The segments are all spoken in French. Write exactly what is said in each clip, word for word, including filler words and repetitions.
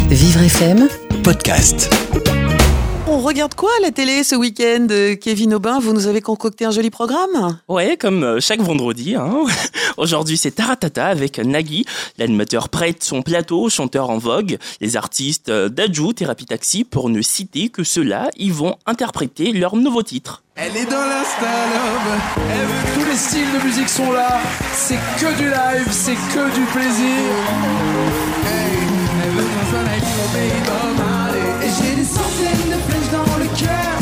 Vivre F M podcast. On regarde quoi à la télé ce week-end, Kevin Aubin? Vous nous avez concocté un joli programme? Ouais, comme chaque vendredi. Hein. Aujourd'hui, c'est Taratata avec Nagui. L'animateur prête son plateau, chanteur en vogue. Les artistes d'Adju, Thérapie Taxi, pour ne citer que ceux-là, ils vont interpréter leur nouveau titre. Elle est dans l'insta-love, elle veut tous les styles de musique sont là. C'est que du live, c'est que du plaisir. Hey, elle veut qu'on soit like mon baby Bob Marley. Et j'ai des centaines de flèches dans le cœur.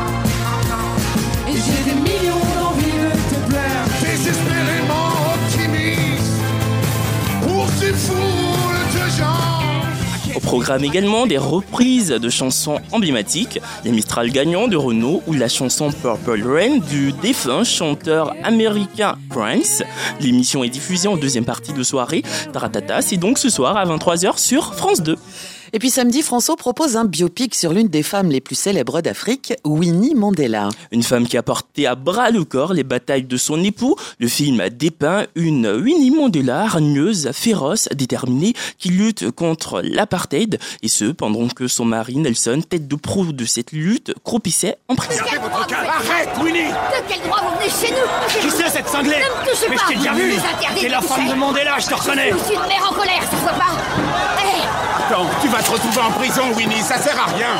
Et j'ai des millions d'envies de te plaire. Désespérément optimiste pour ces foules de gens. Au programme également des reprises de chansons emblématiques, les Mistral gagnants de Renaud ou la chanson Purple Rain du défunt chanteur américain Prince. L'émission est diffusée en deuxième partie de soirée. Taratata, c'est donc ce soir à vingt-trois heures sur France deux. Et puis samedi, François propose un biopic sur l'une des femmes les plus célèbres d'Afrique, Winnie Mandela. Une femme qui a porté à bras le corps les batailles de son époux. Le film dépeint une Winnie Mandela hargneuse, féroce, déterminée, qui lutte contre l'apartheid. Et ce, pendant que son mari Nelson, tête de proue de cette lutte, croupissait en prison. Arrête, Winnie! De quel droit vous venez chez nous? Qui c'est cette cinglée? Ne me touchez Mais pas! je t'ai déjà vu! T'es la femme de Mandela, je te reconnais! Je suis une mère en colère, ça se voit pas! Hé! Attends, tu vas te retrouver en prison, Winnie, ça sert à rien!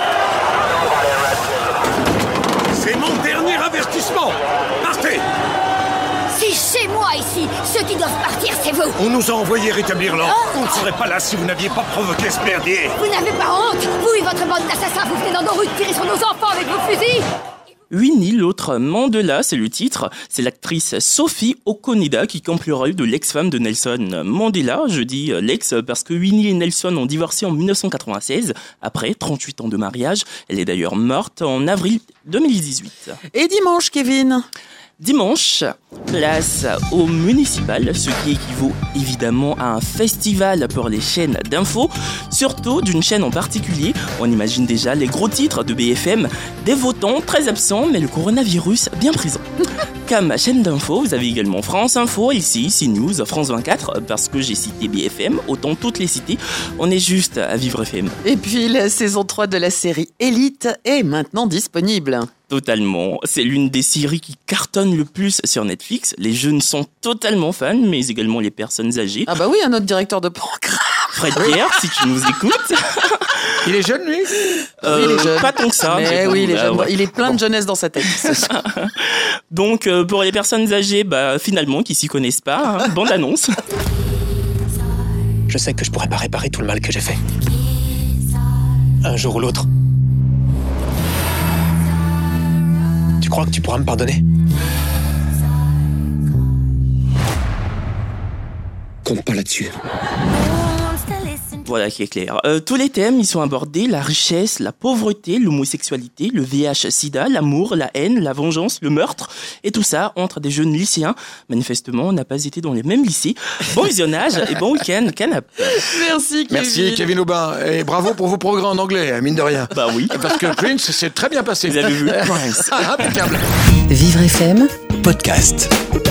C'est mon dernier avertissement! Partez! C'est chez moi ici! Ceux qui doivent partir, c'est vous! On nous a envoyé rétablir l'ordre. Oh. On ne serait pas là si vous n'aviez pas provoqué ce merdier! Vous n'avez pas honte? Vous et votre bande d'assassins, vous venez dans nos rues de tirer sur nos enfants avec vos fusils! Winnie, l'autre Mandela, c'est le titre. C'est l'actrice Sophie Okonida qui campe le rôle de l'ex-femme de Nelson Mandela. Je dis l'ex parce que Winnie et Nelson ont divorcé en dix-neuf cent quatre-vingt-seize. Après trente-huit ans de mariage, elle est d'ailleurs morte en avril deux mille dix-huit. Et dimanche, Kevin? Dimanche, place au municipal, ce qui équivaut évidemment à un festival pour les chaînes d'infos, surtout d'une chaîne en particulier. On imagine déjà les gros titres de B F M, des votants très absents, mais le coronavirus bien présent. Comme chaîne d'infos, vous avez également France Info, L C I, CNews, France vingt-quatre, parce que j'ai cité B F M, autant toutes les citer. On est juste à Vivre F M. Et puis la saison trois de la série Élite est maintenant disponible. Totalement. C'est l'une des séries qui cartonne le plus sur Netflix. Les jeunes sont totalement fans, mais également les personnes âgées. Ah bah oui, un autre directeur de programme. Fred Pierre, si tu nous écoutes. Il est jeune, lui? Euh, il est jeune. Pas tant que ça. Mais, mais bon, oui, il est bah, jeune. ouais. Il est plein bon. de jeunesse dans sa tête. Donc, euh, pour les personnes âgées, bah, finalement, qui s'y connaissent pas, hein, bande annonce. Je sais que je pourrais pas réparer tout le mal que j'ai fait. Un jour ou l'autre. Tu crois que tu pourras me pardonner? Compte pas là-dessus. Voilà qui est clair. Euh, tous les thèmes, ils sont abordés, la richesse, la pauvreté, l'homosexualité, le V I H sida, l'amour, la haine, la vengeance, le meurtre, et tout ça entre des jeunes lycéens. Manifestement, on n'a pas été dans les mêmes lycées. Bon visionnage et bon week-end, canap. Merci, Kevin. Merci, Kevin Aubin. Et bravo pour vos progrès en anglais, mine de rien. Bah oui. Parce que Prince, c'est très bien passé. Vous avez vu Prince. Impeccable. Vivre F M Podcast.